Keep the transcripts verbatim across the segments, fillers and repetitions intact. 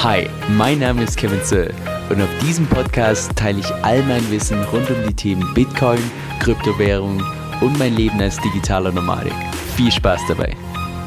Hi, mein Name ist Kevin Zöll und auf diesem Podcast teile ich all mein Wissen rund um die Themen Bitcoin, Kryptowährung und mein Leben als digitaler Nomade. Viel Spaß dabei!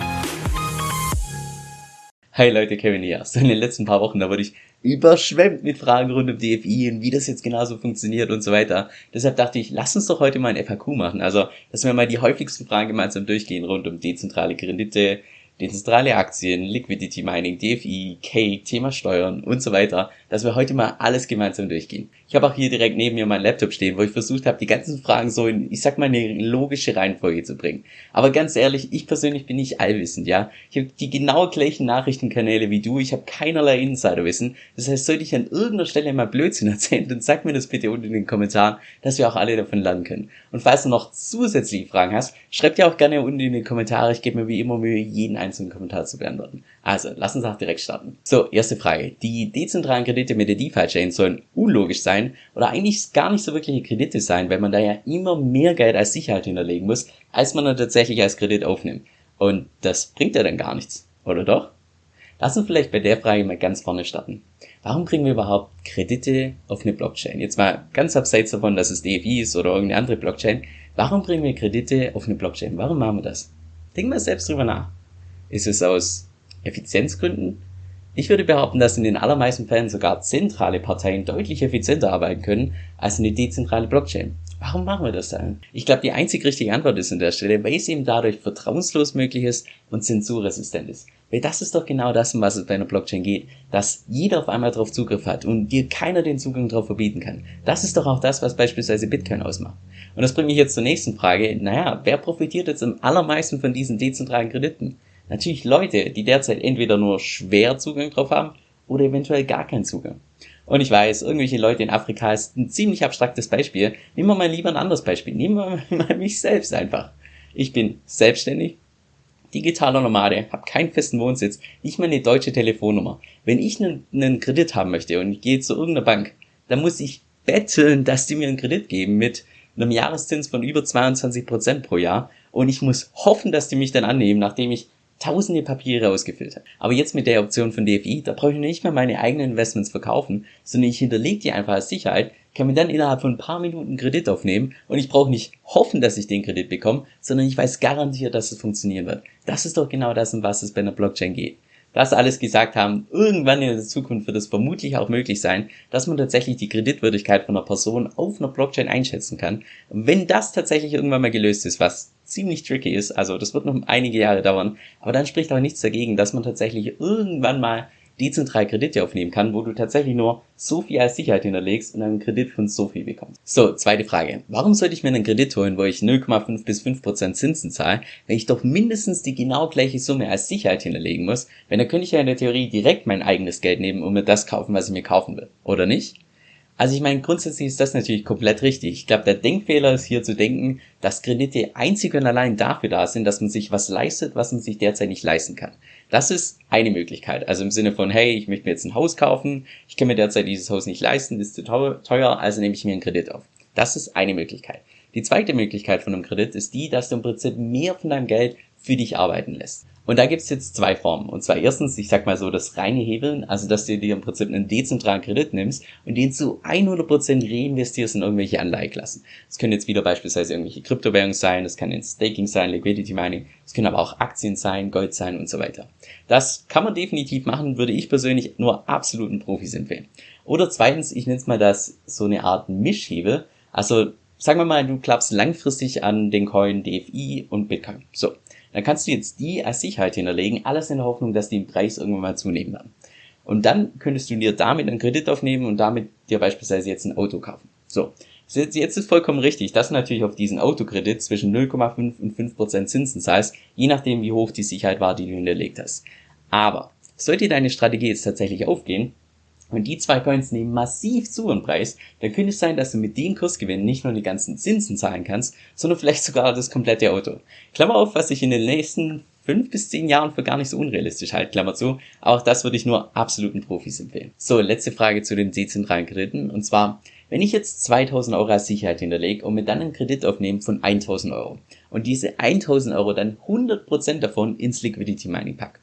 Hi Leute, Kevin hier. So in den letzten paar Wochen, da wurde ich überschwemmt mit Fragen rund um D F I und wie das jetzt genauso funktioniert und so weiter. Deshalb dachte ich, lass uns doch heute mal ein F A Q machen. Also, dass wir mal die häufigsten Fragen gemeinsam durchgehen rund um dezentrale Kredite, dezentrale Aktien, Liquidity Mining, D F I, Cake, Thema Steuern und so weiter, dass wir heute mal alles gemeinsam durchgehen. Ich habe auch hier direkt neben mir meinen Laptop stehen, wo ich versucht habe, die ganzen Fragen so in, ich sag mal, eine logische Reihenfolge zu bringen. Aber ganz ehrlich, ich persönlich bin nicht allwissend, ja. Ich habe die genau gleichen Nachrichtenkanäle wie du, ich habe keinerlei Insiderwissen. Das heißt, sollte ich an irgendeiner Stelle mal Blödsinn erzählen, dann sag mir das bitte unten in den Kommentaren, dass wir auch alle davon lernen können. Und falls du noch zusätzliche Fragen hast, schreib dir auch gerne unten in die Kommentare, ich gebe mir wie immer Mühe, jeden einzelnen Kommentar zu beantworten. Also, lass uns auch direkt starten. So, erste Frage. Die dezentralen Kredite mit der DeFi-Chain sollen unlogisch sein oder eigentlich gar nicht so wirkliche Kredite sein, weil man da ja immer mehr Geld als Sicherheit hinterlegen muss, als man dann tatsächlich als Kredit aufnimmt. Und das bringt ja dann gar nichts, oder doch? Lass uns vielleicht bei der Frage mal ganz vorne starten. Warum bringen wir überhaupt Kredite auf eine Blockchain? Jetzt mal ganz abseits davon, dass es D F I ist oder irgendeine andere Blockchain. Warum bringen wir Kredite auf eine Blockchain? Warum machen wir das? Denk mal selbst drüber nach. Ist es aus Effizienzgründen? Ich würde behaupten, dass in den allermeisten Fällen sogar zentrale Parteien deutlich effizienter arbeiten können als eine dezentrale Blockchain. Warum machen wir das dann? Ich glaube, die einzig richtige Antwort ist an der Stelle, weil es eben dadurch vertrauenslos möglich ist und zensurresistent ist. Weil das ist doch genau das, um was es bei einer Blockchain geht, dass jeder auf einmal darauf Zugriff hat und dir keiner den Zugang darauf verbieten kann. Das ist doch auch das, was beispielsweise Bitcoin ausmacht. Und das bringt mich jetzt zur nächsten Frage. Naja, wer profitiert jetzt am allermeisten von diesen dezentralen Krediten? Natürlich Leute, die derzeit entweder nur schwer Zugang drauf haben oder eventuell gar keinen Zugang. Und ich weiß, irgendwelche Leute in Afrika ist ein ziemlich abstraktes Beispiel. Nehmen wir mal lieber ein anderes Beispiel. Nehmen wir mal mich selbst einfach. Ich bin selbstständig, digitaler Nomade, habe keinen festen Wohnsitz, nicht mal eine deutsche Telefonnummer. Wenn ich einen, einen Kredit haben möchte und ich gehe zu irgendeiner Bank, dann muss ich betteln, dass die mir einen Kredit geben mit einem Jahreszins von über zweiundzwanzig Prozent pro Jahr. Und ich muss hoffen, dass die mich dann annehmen, nachdem ich tausende Papiere ausgefüllt habe. Aber jetzt mit der Option von D F I, da brauche ich nicht mehr meine eigenen Investments verkaufen, sondern ich hinterlege die einfach als Sicherheit, kann mir dann innerhalb von ein paar Minuten Kredit aufnehmen und ich brauche nicht hoffen, dass ich den Kredit bekomme, sondern ich weiß garantiert, dass es funktionieren wird. Das ist doch genau das, um was es bei einer Blockchain geht. Das alles gesagt haben, irgendwann in der Zukunft wird es vermutlich auch möglich sein, dass man tatsächlich die Kreditwürdigkeit von einer Person auf einer Blockchain einschätzen kann. Und wenn das tatsächlich irgendwann mal gelöst ist, was ziemlich tricky ist, also das wird noch einige Jahre dauern, aber dann spricht auch nichts dagegen, dass man tatsächlich irgendwann mal dezentral Kredite aufnehmen kann, wo du tatsächlich nur so viel als Sicherheit hinterlegst und einen Kredit von so viel bekommst. So, zweite Frage. Warum sollte ich mir einen Kredit holen, wo ich null Komma fünf bis fünf Prozent Zinsen zahle, wenn ich doch mindestens die genau gleiche Summe als Sicherheit hinterlegen muss? Wenn, dann könnte ich ja in der Theorie direkt mein eigenes Geld nehmen und mir das kaufen, was ich mir kaufen will. Oder nicht? Also ich meine, grundsätzlich ist das natürlich komplett richtig. Ich glaube, der Denkfehler ist hier zu denken, dass Kredite einzig und allein dafür da sind, dass man sich was leistet, was man sich derzeit nicht leisten kann. Das ist eine Möglichkeit. Also im Sinne von, hey, ich möchte mir jetzt ein Haus kaufen, ich kann mir derzeit dieses Haus nicht leisten, ist zu teuer, also nehme ich mir einen Kredit auf. Das ist eine Möglichkeit. Die zweite Möglichkeit von einem Kredit ist die, dass du im Prinzip mehr von deinem Geld für dich arbeiten lässt. Und da gibt's jetzt zwei Formen. Und zwar erstens, ich sag mal so, das reine Hebeln, also dass du dir im Prinzip einen dezentralen Kredit nimmst und den zu hundert Prozent reinvestierst in irgendwelche Anleiheklassen. Das können jetzt wieder beispielsweise irgendwelche Kryptowährungen sein, das kann jetzt Staking sein, Liquidity Mining, das können aber auch Aktien sein, Gold sein und so weiter. Das kann man definitiv machen, würde ich persönlich nur absoluten Profis empfehlen. Oder zweitens, ich nenne es mal das so eine Art Mischhebel. Also sagen wir mal, du klappst langfristig an den Coin D F I und Bitcoin. So. Dann kannst du jetzt die als Sicherheit hinterlegen, alles in der Hoffnung, dass die im Preis irgendwann mal zunehmen werden. Und dann könntest du dir damit einen Kredit aufnehmen und damit dir beispielsweise jetzt ein Auto kaufen. So, jetzt ist vollkommen richtig, dass du natürlich auf diesen Autokredit zwischen null Komma fünf und fünf Prozent Zinsen zahlst, je nachdem wie hoch die Sicherheit war, die du hinterlegt hast. Aber sollte deine Strategie jetzt tatsächlich aufgehen, und die zwei Coins nehmen massiv zu im Preis, dann könnte es sein, dass du mit den Kursgewinnen nicht nur die ganzen Zinsen zahlen kannst, sondern vielleicht sogar das komplette Auto. Klammer auf, was ich in den nächsten fünf bis zehn Jahren für gar nicht so unrealistisch halte, Klammer zu. Auch das würde ich nur absoluten Profis empfehlen. So, letzte Frage zu den dezentralen Krediten. Und zwar, wenn ich jetzt zweitausend Euro als Sicherheit hinterlege und mir dann einen Kredit aufnehme von tausend Euro und diese tausend Euro dann hundert Prozent davon ins Liquidity Mining packe,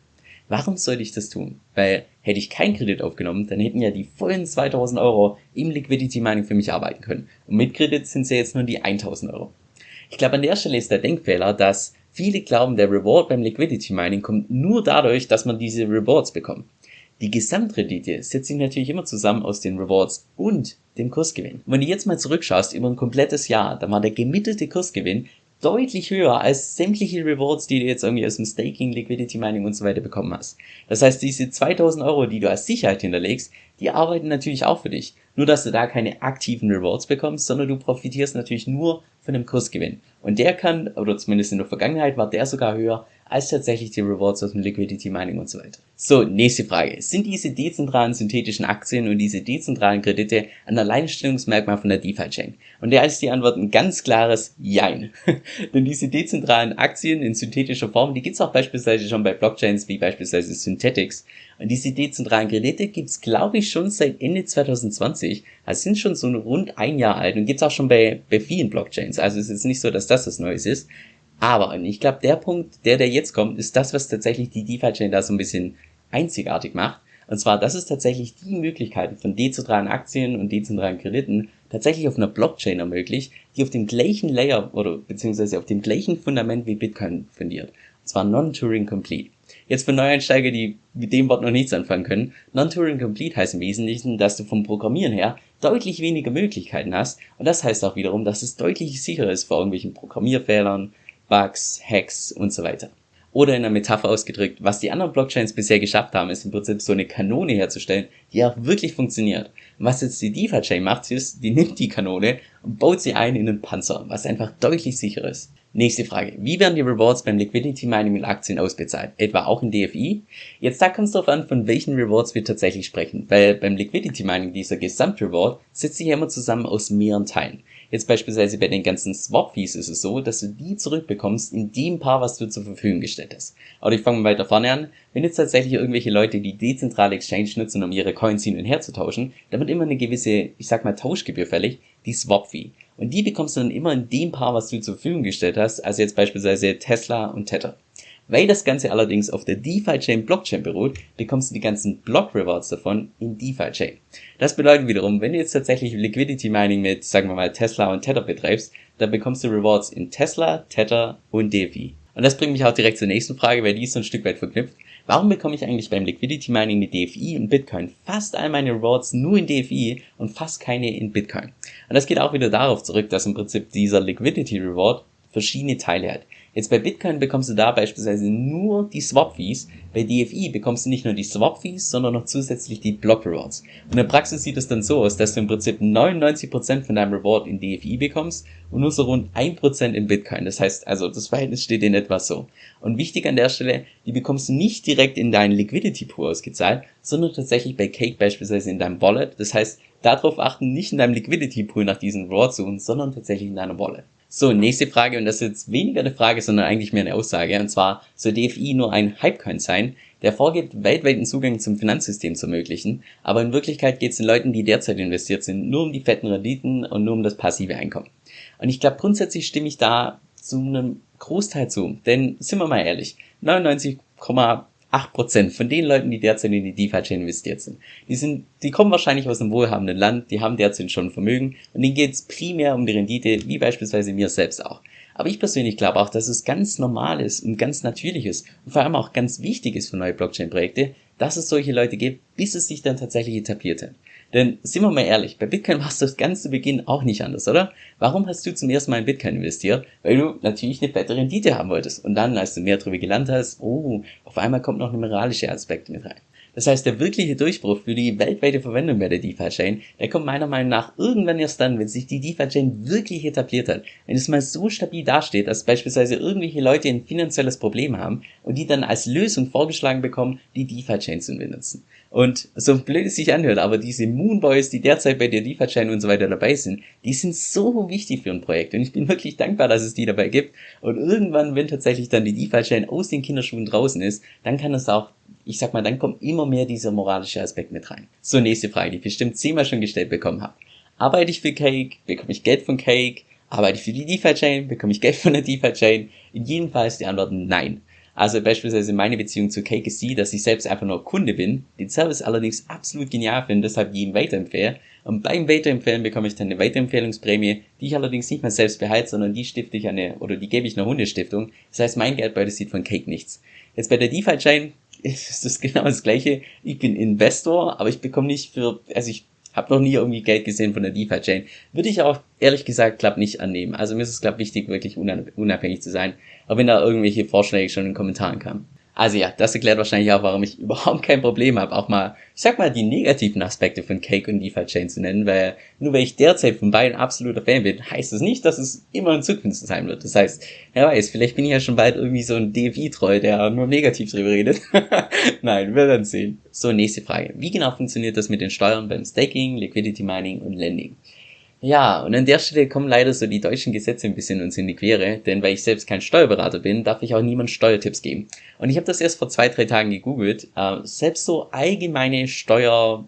Warum sollte ich das tun? Weil hätte ich keinen Kredit aufgenommen, dann hätten ja die vollen zweitausend Euro im Liquidity Mining für mich arbeiten können. Und mit Kredit sind es ja jetzt nur die tausend Euro. Ich glaube, an der Stelle ist der Denkfehler, dass viele glauben, der Reward beim Liquidity Mining kommt nur dadurch, dass man diese Rewards bekommt. Die Gesamtrendite setzt sich natürlich immer zusammen aus den Rewards und dem Kursgewinn. Und wenn du jetzt mal zurückschaust über ein komplettes Jahr, dann war der gemittelte Kursgewinn deutlich höher als sämtliche Rewards, die du jetzt irgendwie aus dem Staking, Liquidity Mining und so weiter bekommen hast. Das heißt, diese zweitausend Euro, die du als Sicherheit hinterlegst, die arbeiten natürlich auch für dich. Nur, dass du da keine aktiven Rewards bekommst, sondern du profitierst natürlich nur von dem Kursgewinn. Und der kann, oder zumindest in der Vergangenheit war der sogar höher als tatsächlich die Rewards aus dem Liquidity Mining und so weiter. So, nächste Frage. Sind diese dezentralen synthetischen Aktien und diese dezentralen Kredite ein Alleinstellungsmerkmal von der DeFi-Chain? Und da ist die Antwort ein ganz klares Jein. Denn diese dezentralen Aktien in synthetischer Form, die gibt's auch beispielsweise schon bei Blockchains wie beispielsweise Synthetix. Und diese dezentralen Kredite gibt's, glaube ich, schon seit Ende zwanzig zwanzig. Also sind schon so rund ein Jahr alt und gibt's auch schon bei, bei vielen Blockchains. Also es ist jetzt nicht so, dass das das Neues ist. Aber ich glaube, der Punkt, der, der jetzt kommt, ist das, was tatsächlich die DeFi-Chain da so ein bisschen einzigartig macht. Und zwar, das ist tatsächlich die Möglichkeit von dezentralen Aktien und dezentralen Krediten tatsächlich auf einer Blockchain ermöglicht, die auf dem gleichen Layer oder beziehungsweise auf dem gleichen Fundament wie Bitcoin fundiert. Und zwar Non-Turing Complete. Jetzt für Neueinsteiger, die mit dem Wort noch nichts anfangen können, Non-Turing Complete heißt im Wesentlichen, dass du vom Programmieren her deutlich weniger Möglichkeiten hast. Und das heißt auch wiederum, dass es deutlich sicherer ist vor irgendwelchen Programmierfehlern, Bugs, Hacks und so weiter. Oder in einer Metapher ausgedrückt, was die anderen Blockchains bisher geschafft haben, ist im Prinzip so eine Kanone herzustellen, die auch wirklich funktioniert. Und was jetzt die DeFi-Chain macht, ist, die nimmt die Kanone und baut sie ein in einen Panzer, was einfach deutlich sicherer ist. Nächste Frage. Wie werden die Rewards beim Liquidity Mining mit Aktien ausbezahlt? Etwa auch in D F I? Jetzt da kommt es darauf an, von welchen Rewards wir tatsächlich sprechen, weil beim Liquidity Mining dieser Gesamtreward setzt sich ja immer zusammen aus mehreren Teilen. Jetzt beispielsweise bei den ganzen Swap-Fees ist es so, dass du die zurückbekommst in dem Paar, was du zur Verfügung gestellt hast. Aber ich fange mal weiter vorne an. Wenn jetzt tatsächlich irgendwelche Leute die dezentrale Exchange nutzen, um ihre Coins hin und her zu tauschen, dann wird immer eine gewisse, ich sag mal, Tauschgebühr fällig, die Swap-Fee. Und die bekommst du dann immer in dem Paar, was du zur Verfügung gestellt hast, also jetzt beispielsweise Tesla und Tether. Weil das Ganze allerdings auf der DeFi-Chain Blockchain beruht, bekommst du die ganzen Block-Rewards davon in DeFi-Chain. Das bedeutet wiederum, wenn du jetzt tatsächlich Liquidity Mining mit, sagen wir mal, Tesla und Tether betreibst, dann bekommst du Rewards in Tesla, Tether und D F I. Und das bringt mich auch direkt zur nächsten Frage, weil die ist so ein Stück weit verknüpft. Warum bekomme ich eigentlich beim Liquidity Mining mit D F I und Bitcoin fast all meine Rewards nur in D F I und fast keine in Bitcoin? Und das geht auch wieder darauf zurück, dass im Prinzip dieser Liquidity Reward verschiedene Teile hat. Jetzt bei Bitcoin bekommst du da beispielsweise nur die Swap-Fees, bei D F I bekommst du nicht nur die Swap-Fees, sondern noch zusätzlich die Block-Rewards. Und in der Praxis sieht es dann so aus, dass du im Prinzip neunundneunzig Prozent von deinem Reward in D F I bekommst und nur so rund ein Prozent in Bitcoin. Das heißt, also das Verhältnis steht in etwa so. Und wichtig an der Stelle, die bekommst du nicht direkt in deinen Liquidity Pool ausgezahlt, sondern tatsächlich bei Cake beispielsweise in deinem Wallet. Das heißt, darauf achten, nicht in deinem Liquidity Pool nach diesen Rewards suchen, sondern tatsächlich in deiner Wallet. So, nächste Frage, und das ist jetzt weniger eine Frage, sondern eigentlich mehr eine Aussage, und zwar soll D F I nur ein Hypecoin sein, der vorgibt, weltweiten Zugang zum Finanzsystem zu ermöglichen, aber in Wirklichkeit geht es den Leuten, die derzeit investiert sind, nur um die fetten Renditen und nur um das passive Einkommen. Und ich glaube, grundsätzlich stimme ich da zu einem Großteil zu, denn sind wir mal ehrlich, neunundneunzig Komma acht Prozent von den Leuten, die derzeit in die DeFi-Chain investiert sind, die sind, die kommen wahrscheinlich aus einem wohlhabenden Land, die haben derzeit schon Vermögen und denen geht es primär um die Rendite, wie beispielsweise mir selbst auch. Aber ich persönlich glaube auch, dass es ganz normal ist und ganz natürlich ist und vor allem auch ganz wichtig ist für neue Blockchain-Projekte, dass es solche Leute gibt, bis es sich dann tatsächlich etabliert hat. Denn, sind wir mal ehrlich, bei Bitcoin war es das ganz zu Beginn auch nicht anders, oder? Warum hast du zum ersten Mal in Bitcoin investiert? Weil du natürlich eine fette Rendite haben wolltest. Und dann, als du mehr darüber gelernt hast, oh, auf einmal kommt noch ein moralischer Aspekt mit rein. Das heißt, der wirkliche Durchbruch für die weltweite Verwendung bei der DeFi-Chain, der kommt meiner Meinung nach irgendwann erst dann, wenn sich die DeFi-Chain wirklich etabliert hat. Wenn es mal so stabil dasteht, dass beispielsweise irgendwelche Leute ein finanzielles Problem haben und die dann als Lösung vorgeschlagen bekommen, die DeFi-Chain zu benutzen. Und so blöd es sich anhört, aber diese Moonboys, die derzeit bei der DeFi-Chain und so weiter dabei sind, die sind so wichtig für ein Projekt. Und ich bin wirklich dankbar, dass es die dabei gibt. Und irgendwann, wenn tatsächlich dann die DeFi-Chain aus den Kinderschuhen draußen ist, dann kann es auch, ich sag mal, dann kommt immer mehr dieser moralische Aspekt mit rein. So, nächste Frage, die ich bestimmt zehnmal schon gestellt bekommen habe. Arbeite ich für Cake? Bekomme ich Geld von Cake? Arbeite ich für die DeFi-Chain? Bekomme ich Geld von der DeFi-Chain? In jedem Fall ist die Antwort nein. Also beispielsweise meine Beziehung zu Cake ist die, dass ich selbst einfach nur Kunde bin, den Service allerdings absolut genial finde, deshalb jedem weiterempfehle. Und beim Weiterempfehlen bekomme ich dann eine Weiterempfehlungsprämie, die ich allerdings nicht mehr selbst behalte, sondern die stifte ich an eine, oder die gebe ich einer Hundestiftung. Das heißt, mein Geldbeutel sieht von Cake nichts. Jetzt bei der DeFi-Chain ist das genau das Gleiche. Ich bin Investor, aber ich bekomme nicht für, also ich habe noch nie irgendwie Geld gesehen von der DeFi-Chain. Würde ich auch, ehrlich gesagt, glaub nicht annehmen. Also mir ist es, glaub wichtig, wirklich unabhängig zu sein. Auch wenn da irgendwelche Vorschläge schon in den Kommentaren kamen. Also ja, das erklärt wahrscheinlich auch, warum ich überhaupt kein Problem habe, auch mal, ich sag mal, die negativen Aspekte von Cake und DeFi-Chain zu nennen, weil nur weil ich derzeit von beiden absoluter Fan bin, heißt das nicht, dass es immer in Zukunft so sein wird. Das heißt, wer weiß, vielleicht bin ich ja schon bald irgendwie so ein D F I-Troll, der nur negativ drüber redet. Nein, wir werden sehen. So, nächste Frage. Wie genau funktioniert das mit den Steuern beim Staking, Liquidity Mining und Lending? Ja, und an der Stelle kommen leider so die deutschen Gesetze ein bisschen uns in die Quere, denn weil ich selbst kein Steuerberater bin, darf ich auch niemand Steuertipps geben. Und ich habe das erst vor zwei, drei Tagen gegoogelt, äh, selbst so allgemeine Steuertipps,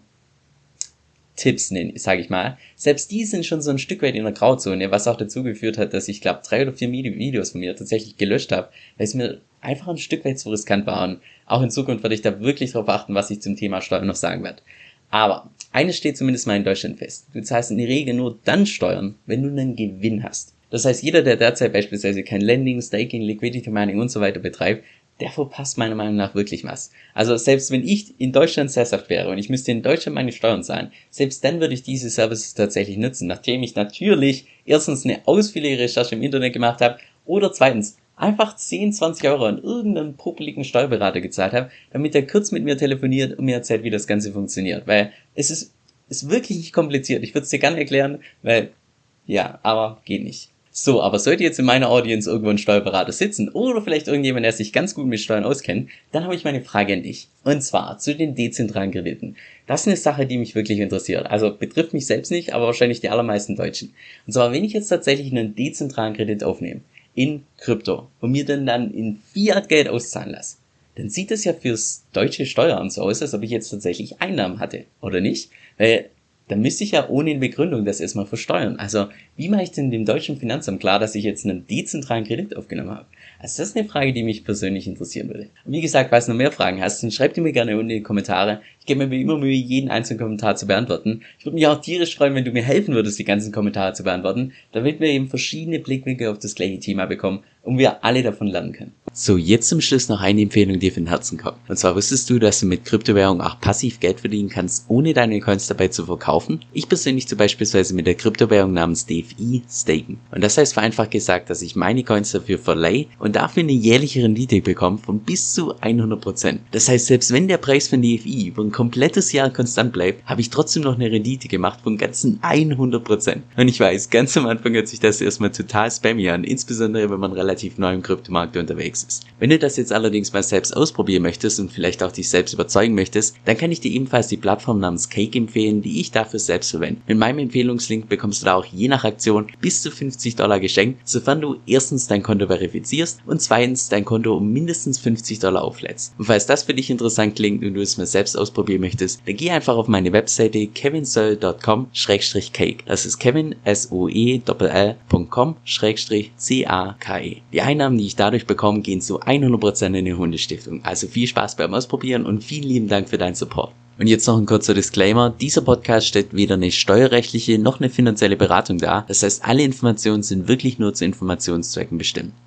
sage ich mal, selbst die sind schon so ein Stück weit in der Grauzone, was auch dazu geführt hat, dass ich glaube drei oder vier Videos von mir tatsächlich gelöscht habe, weil es mir einfach ein Stück weit zu riskant war. Und auch in Zukunft werde ich da wirklich darauf achten, was ich zum Thema Steuern noch sagen werde. Aber eines steht zumindest mal in Deutschland fest. Du zahlst in der Regel nur dann Steuern, wenn du einen Gewinn hast. Das heißt, jeder, der derzeit beispielsweise kein Lending, Staking, Liquidity Mining und so weiter betreibt, der verpasst meiner Meinung nach wirklich was. Also selbst wenn ich in Deutschland sesshaft wäre und ich müsste in Deutschland meine Steuern zahlen, selbst dann würde ich diese Services tatsächlich nutzen, nachdem ich natürlich erstens eine ausführliche Recherche im Internet gemacht habe oder zweitens einfach zehn, zwanzig Euro an irgendeinen popeligen Steuerberater gezahlt habe, damit er kurz mit mir telefoniert und mir erzählt, wie das Ganze funktioniert. Weil es ist, ist wirklich nicht kompliziert. Ich würde es dir gerne erklären, weil, ja, aber geht nicht. So, aber sollte jetzt in meiner Audience irgendwo ein Steuerberater sitzen oder vielleicht irgendjemand, der sich ganz gut mit Steuern auskennt, dann habe ich meine Frage an dich. Und zwar zu den dezentralen Krediten. Das ist eine Sache, die mich wirklich interessiert. Also betrifft mich selbst nicht, aber wahrscheinlich die allermeisten Deutschen. Und zwar, wenn ich jetzt tatsächlich einen dezentralen Kredit aufnehme, in Krypto und mir dann dann in Fiat-Geld auszahlen lasse, dann sieht es ja fürs deutsche Steueramt so aus, als ob ich jetzt tatsächlich Einnahmen hatte, oder nicht? Weil dann müsste ich ja ohne Begründung das erstmal versteuern. Also wie mache ich denn dem deutschen Finanzamt klar, dass ich jetzt einen dezentralen Kredit aufgenommen habe? Also das ist eine Frage, die mich persönlich interessieren würde. Und wie gesagt, falls du noch mehr Fragen hast, dann schreib die mir gerne unten in die Kommentare. Ich gebe mir immer Mühe, jeden einzelnen Kommentar zu beantworten. Ich würde mich auch tierisch freuen, wenn du mir helfen würdest, die ganzen Kommentare zu beantworten, damit wir eben verschiedene Blickwinkel auf das gleiche Thema bekommen und wir alle davon lernen können. So, jetzt zum Schluss noch eine Empfehlung, die von Herzen kommt. Und zwar wusstest du, dass du mit Kryptowährung auch passiv Geld verdienen kannst, ohne deine Coins dabei zu verkaufen? Ich persönlich zu beispielsweise mit der Kryptowährung namens D F I staken. Und das heißt vereinfacht gesagt, dass ich meine Coins dafür verleihe und dafür eine jährliche Rendite bekomme von bis zu hundert Prozent. Das heißt, selbst wenn der Preis von D F I über ein komplettes Jahr konstant bleibt, habe ich trotzdem noch eine Rendite gemacht von ganzen hundert Prozent. Und ich weiß, ganz am Anfang hört sich das erstmal total spammy an, insbesondere wenn man relativ neu im Kryptomarkt unterwegs ist. Wenn du das jetzt allerdings mal selbst ausprobieren möchtest und vielleicht auch dich selbst überzeugen möchtest, dann kann ich dir ebenfalls die Plattform namens Cake empfehlen, die ich dafür selbst verwende. Mit meinem Empfehlungslink bekommst du da auch je nach Aktion bis zu fünfzig Dollar geschenkt, sofern du erstens dein Konto verifizierst und zweitens dein Konto um mindestens fünfzig Dollar auflädst. Und falls das für dich interessant klingt und du es mal selbst ausprobieren möchtest, dann geh einfach auf meine Webseite kevinsoe punkt com slash cake. Das ist kevin, S O E L L Punkt com slash C A K E. Die Einnahmen, die ich dadurch bekomme, gehen zu hundert Prozent in die Hundestiftung. Also viel Spaß beim Ausprobieren und vielen lieben Dank für deinen Support. Und jetzt noch ein kurzer Disclaimer. Dieser Podcast stellt weder eine steuerrechtliche noch eine finanzielle Beratung dar. Das heißt, alle Informationen sind wirklich nur zu Informationszwecken bestimmt.